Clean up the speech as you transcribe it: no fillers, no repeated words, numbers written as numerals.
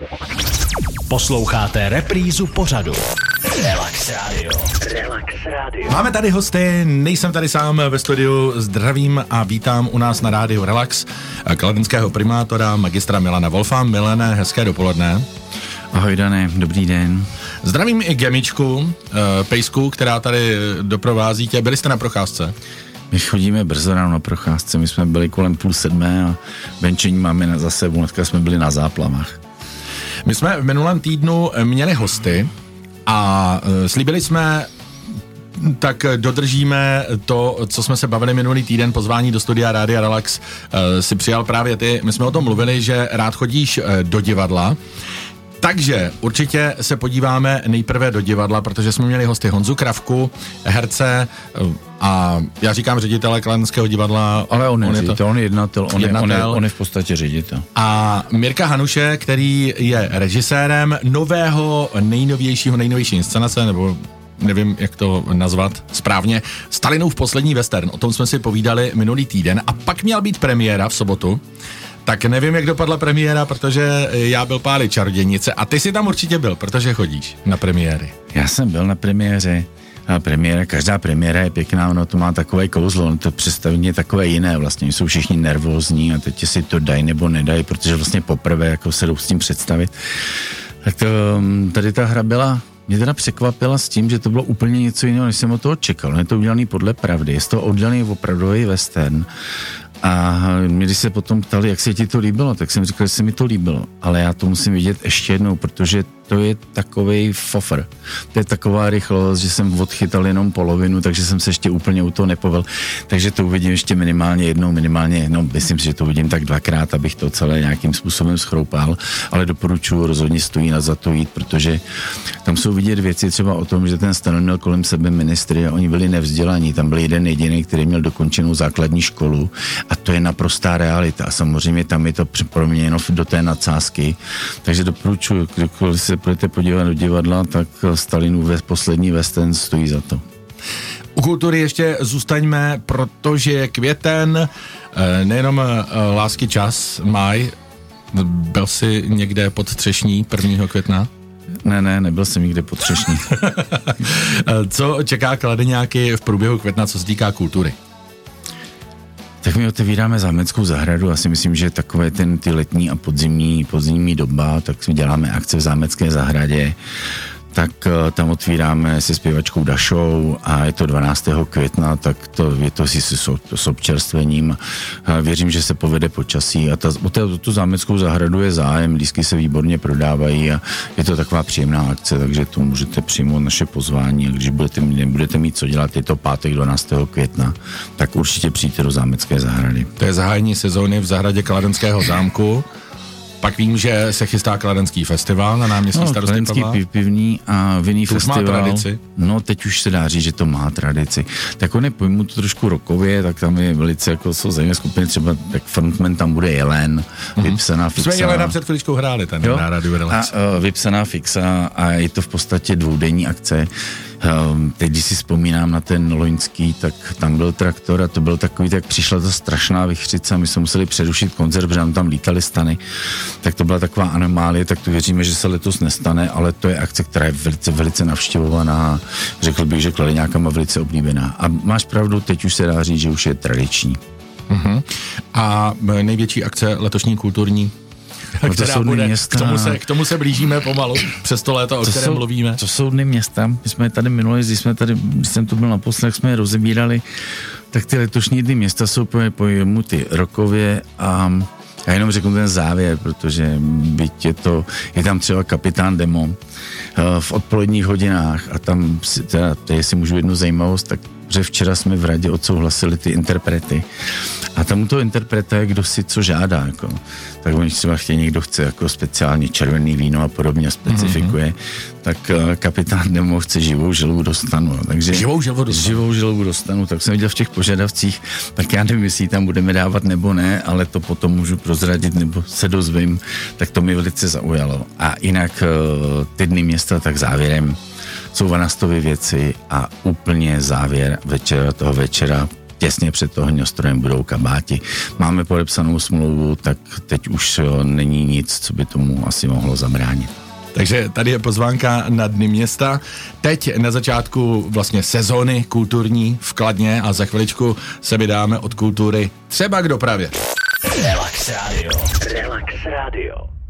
Posloucháte reprízu pořadu Relax Radio. Relax Radio. Máme tady hosty, nejsem tady sám ve studiu, zdravím a vítám u nás na rádiu Relax kladenského primátora magistra Milana Wolfa. Milane, hezké dopoledne. Ahoj Dané, dobrý den. Zdravím i Gemičku, pejsku, která tady doprovází tě. Byli jste na procházce? My chodíme brzo ráno na procházce, my jsme byli kolem 6:30 a venčení máme za sebou, dneska jsme byli na záplavách. My jsme v minulém týdnu měli hosty a slíbili jsme, tak dodržíme to, co jsme se bavili minulý týden, pozvání do studia Rádia Relax si přijal právě ty. My jsme o tom mluvili, že rád chodíš do divadla, takže určitě se podíváme nejprve do divadla, protože jsme měli hosty Honzu Kravku, herce a já říkám ředitele kladenského divadla. Ale on je ředitel, on je jednatel, on je v podstatě ředitel. A Mirka Hanuše, který je režisérem nejnovější inscenace, nebo nevím, jak to nazvat správně, Stalinův poslední western. O tom jsme si povídali minulý týden a pak měla být premiéra v sobotu. Tak nevím, jak dopadla premiéra, protože já byl pálit čarodějnice a ty jsi tam určitě byl, protože chodíš na premiéry. Já jsem byl na premiéře. A každá premiéra je pěkná, ono to má takové kouzlo, ono to představení je takové jiné, vlastně jsou všichni nervózní a teď si to dají nebo nedají, protože vlastně poprvé jako se jdou s tím představit. Tak to, tady ta hra mě teda překvapila s tím, že to bylo úplně něco jiného, než jsem od toho čekal. Je to udělaný podle pravdy, je to udělaný opravdový western. A když se potom ptali, jak se ti to líbilo, tak jsem říkal, že se mi to líbilo. Ale já to musím vidět ještě jednou, protože to je takovej fofr. To je taková rychlost, že jsem odchytal jenom polovinu, takže jsem se ještě úplně u toho nepovel. Takže to uvidím ještě minimálně jednou, myslím si, že to uvidím tak dvakrát, abych to celé nějakým způsobem schroupal, ale doporučuji, rozhodně stojí za to jít, protože tam jsou vidět věci třeba o tom, že ten Stalin měl kolem sebe ministry a oni byli nevzdělaní. Tam byl jeden jediný, který měl dokončenou základní školu a to je naprostá realita. A samozřejmě tam je to proměněno do té nadsázky. Takže doporučuji, když se budete podívat do divadla, tak Stalinův poslední western stojí za to. U kultury ještě zůstaňme, protože je květen, nejenom lásky čas, máj. Byl jsi někde pod Třešní 1. května? Ne, nebyl jsem nikde pod Třešní. Co čeká Kladeňáky v průběhu května, co se týká kultury? Tak my otevíráme zámeckou zahradu, já si myslím, že takové ty letní a podzimní doba, tak my děláme akce v zámecké zahradě, tak tam otvíráme se zpěvačkou Dašou a je to 12. května, tak je to s občerstvením. Věřím, že se povede počasí a tu zámeckou zahradu je zájem, lístky se výborně prodávají a je to taková příjemná akce, takže tu můžete přijmout naše pozvání a když nebudete mít co dělat, je to pátek 12. května, tak určitě přijďte do zámecké zahrady. To je zahájení sezóny v zahradě Kladenského zámku. Pak vím, že se chystá Kladenský festival na náměstí starosty Pavla. Kladenský pivní a vinný festival. Už má tradici. No, teď už se dá říct, že to má tradici. Tak on je pojmu to trošku rokově, tak tam je velice jako jsou zajímavé skupiny, třeba tak frontman tam bude Jelen, Vypsaná Fixa. Jsme Jelena před chvíličkou hráli ten na rádiu Relax. A Vypsaná Fixa a je to v podstatě dvoudenní akce. Teď, když si vzpomínám na ten loňský, tak tam byl traktor a to byl takový, tak přišla ta strašná vichřice a my jsme museli přerušit koncert, protože nám tam lítaly stany. Tak to byla taková anomálie, tak to věříme, že se letos nestane, ale to je akce, která je velice, velice navštěvovaná. Řekl bych, že Kladeňákama velice oblíbená. A máš pravdu, teď už se dá říct, že už je tradiční. A největší akce letošní kulturní? Která bude, k tomu se blížíme pomalu, přes to léto, o kterém mluvíme. To jsou dny města, my jsme tady minule, když jsem tu byl naposled, jsme je rozebírali, tak ty letošní dny města jsou pojemu ty rokově a já jenom řeknu ten závěr, protože byť je tam třeba Kapitán Demo v odpoledních hodinách a tam, jestli můžu jednu zajímavost, tak že včera jsme v radě odsouhlasili ty interprety. A tam u toho interpreta je kdo si co žádá. Jako. Tak oni třeba někdo chce jako speciálně červený víno a podobně specifikuje. Tak Kapitán Nemo chce živou želvu dostanu. Takže živou želvu dostanu. Tak jsem viděl v těch požadavcích, tak já nevím, jestli tam budeme dávat nebo ne, ale to potom můžu prozradit nebo se dozvím. Tak to mi velice zaujalo. A jinak ty dny města, tak závěrem jsou Vanastovy věci a úplně závěr toho večera těsně před toho ohňostrojem budou kabáti. Máme podepsanou smlouvu, tak teď už není nic, co by tomu asi mohlo zabránit. Takže tady je pozvánka na Dny města. Teď na začátku vlastně sezóny kulturní v Kladně a za chviličku se vydáme od kultury třeba k dopravě. Relax Radio. Relax Radio.